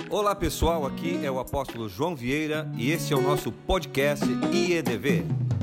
Olá pessoal, aqui é o apóstolo João Vieira e esse é o nosso podcast IEDV.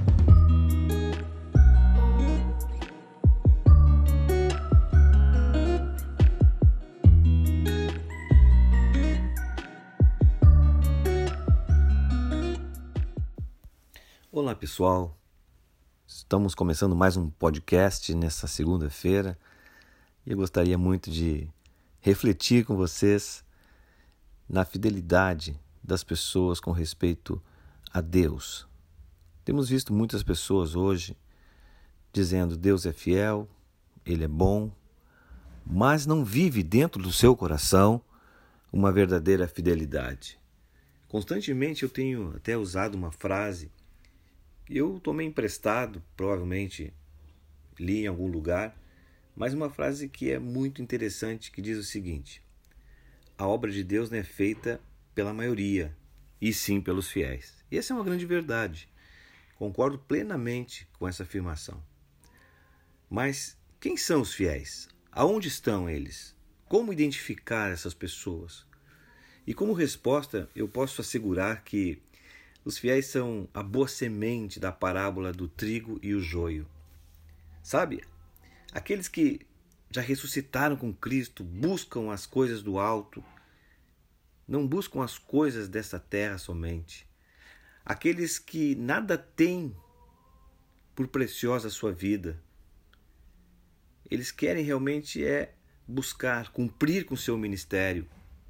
Olá pessoal, estamos começando mais um podcast nessa segunda-feira e eu gostaria muito de refletir com vocês na fidelidade das pessoas com respeito a Deus. Temos visto muitas pessoas hoje dizendo Deus é fiel, Ele é bom, mas não vive dentro do seu coração uma verdadeira fidelidade. Constantemente eu tenho até usado uma frase que eu tomei emprestado, provavelmente li em algum lugar, mas uma frase que é muito interessante, que diz o seguinte: a obra de Deus não é feita pela maioria, e sim pelos fiéis. E essa é uma grande verdade. Concordo plenamente com essa afirmação. Mas quem são os fiéis? Aonde estão eles? Como identificar essas pessoas? E como resposta, eu posso assegurar que os fiéis são a boa semente da parábola do trigo e o joio. Sabe? Aqueles que já ressuscitaram com Cristo, buscam as coisas do alto, não buscam as coisas dessa terra somente. Aqueles que nada têm por preciosa a sua vida. Eles querem realmente buscar, cumprir com o seu ministério,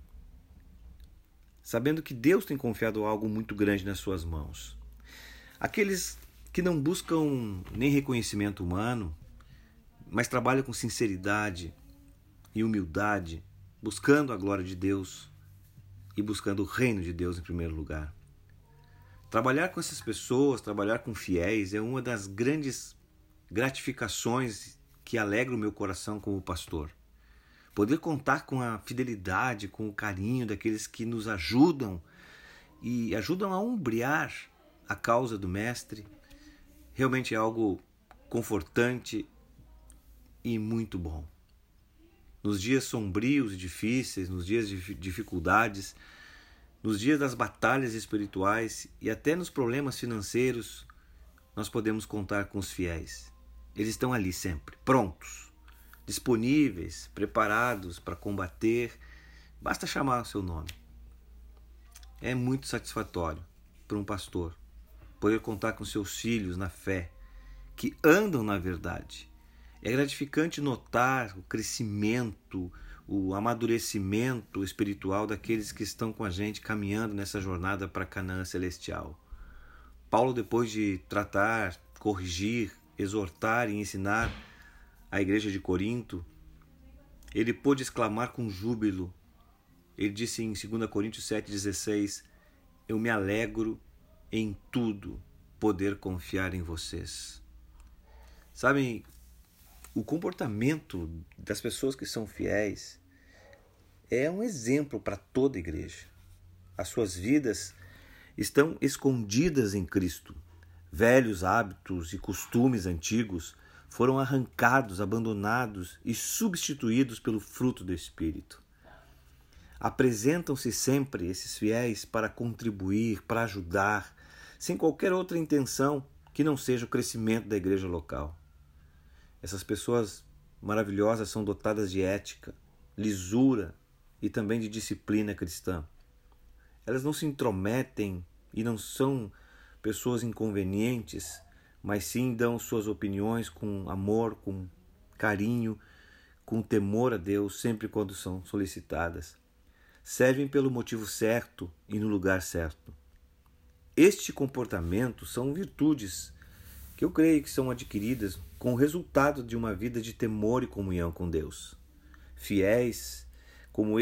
sabendo que Deus tem confiado algo muito grande nas suas mãos. Aqueles que não buscam nem reconhecimento humano, mas trabalham com sinceridade e humildade, buscando a glória de Deus e buscando o reino de Deus em primeiro lugar. Trabalhar com essas pessoas, trabalhar com fiéis, é uma das grandes gratificações que alegra o meu coração como pastor. Poder contar com a fidelidade, com o carinho daqueles que nos ajudam e ajudam a ombrear a causa do Mestre, realmente é algo confortante e muito bom. Nos dias sombrios e difíceis, nos dias de dificuldades, nos dias das batalhas espirituais e até nos problemas financeiros, nós podemos contar com os fiéis. Eles estão ali sempre, prontos, disponíveis, preparados para combater. Basta chamar o seu nome. É muito satisfatório para um pastor poder contar com seus filhos na fé, que andam na verdade. É gratificante notar o crescimento, o amadurecimento espiritual daqueles que estão com a gente caminhando nessa jornada para Canaã celestial. Paulo, depois de tratar, corrigir, exortar e ensinar a igreja de Corinto, ele pôde exclamar com júbilo. Ele disse em 2 Coríntios 7,16: eu me alegro em tudo poder confiar em vocês. Sabem, o comportamento das pessoas que são fiéis é um exemplo para toda a igreja. As suas vidas estão escondidas em Cristo. Velhos hábitos e costumes antigos foram arrancados, abandonados e substituídos pelo fruto do Espírito. Apresentam-se sempre esses fiéis para contribuir, para ajudar, sem qualquer outra intenção que não seja o crescimento da igreja local. Essas pessoas maravilhosas são dotadas de ética, lisura e também de disciplina cristã. Elas não se intrometem e não são pessoas inconvenientes, mas sim dão suas opiniões com amor, com carinho, com temor a Deus, sempre quando são solicitadas. Servem pelo motivo certo e no lugar certo. Este comportamento são virtudes que eu creio que são adquiridas com o resultado de uma vida de temor e comunhão com Deus. Fiéis como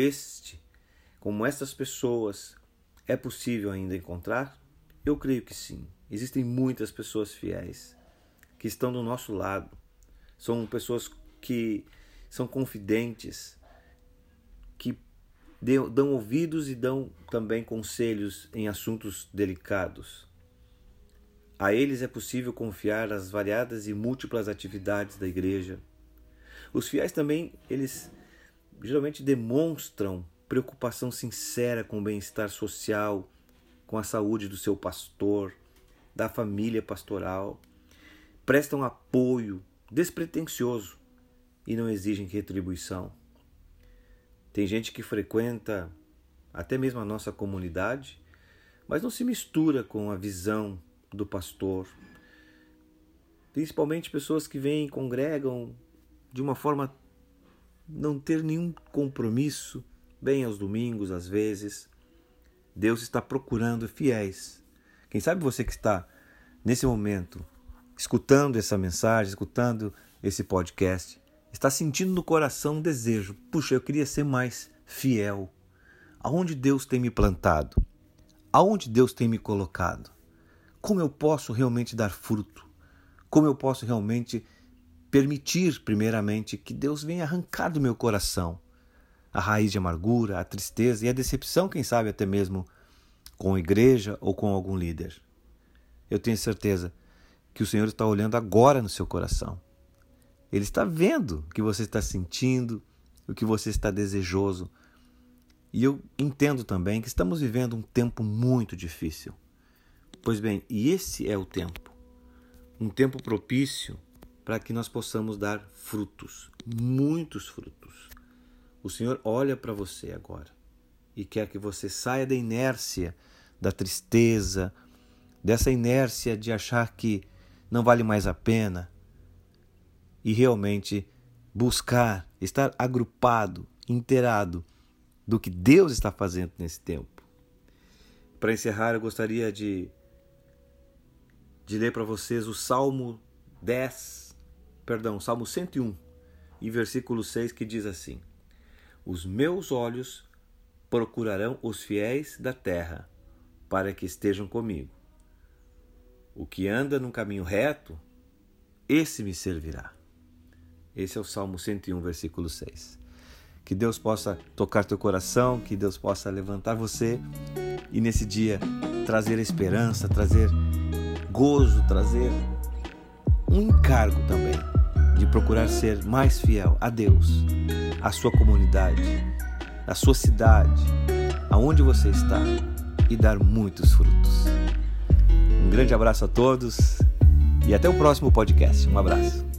estas pessoas, é possível ainda encontrar? Eu creio que sim. Existem muitas pessoas fiéis que estão do nosso lado. São pessoas que são confidentes, que dão ouvidos e dão também conselhos em assuntos delicados. A eles é possível confiar as variadas e múltiplas atividades da igreja. Os fiéis também, eles geralmente demonstram preocupação sincera com o bem-estar social, com a saúde do seu pastor, da família pastoral, prestam apoio despretensioso e não exigem retribuição. Tem gente que frequenta até mesmo a nossa comunidade, mas não se mistura com a visão do pastor. Principalmente pessoas que vêm e congregam de uma forma não ter nenhum compromisso, bem aos domingos às vezes. Deus está procurando fiéis. Quem sabe você que está nesse momento escutando essa mensagem, escutando esse podcast, está sentindo no coração um desejo. Puxa, eu queria ser mais fiel. Aonde Deus tem me plantado? Aonde Deus tem me colocado? Como eu posso realmente dar fruto? Como eu posso realmente permitir, primeiramente, que Deus venha arrancar do meu coração a raiz de amargura, a tristeza e a decepção, quem sabe até mesmo com a igreja ou com algum líder? Eu tenho certeza que o Senhor está olhando agora no seu coração. Ele está vendo o que você está sentindo, o que você está desejoso. E eu entendo também que estamos vivendo um tempo muito difícil. Pois bem, e esse é o tempo. Um tempo propício para que nós possamos dar frutos, muitos frutos. O Senhor olha para você agora e quer que você saia da inércia, da tristeza, dessa inércia de achar que não vale mais a pena e realmente buscar, estar agrupado, inteirado do que Deus está fazendo nesse tempo. Para encerrar, eu gostaria de ler para vocês o Salmo 101, e versículo 6, que diz assim: Os meus olhos procurarão os fiéis da terra, para que estejam comigo. O que anda num caminho reto, esse me servirá. Esse é o Salmo 101, versículo 6. Que Deus possa tocar teu coração, que Deus possa levantar você e nesse dia trazer esperança, trazer gozo, trazer um encargo também de procurar ser mais fiel a Deus, à sua comunidade, à sua cidade, aonde você está, e dar muitos frutos. Um grande abraço a todos e até o próximo podcast. Um abraço.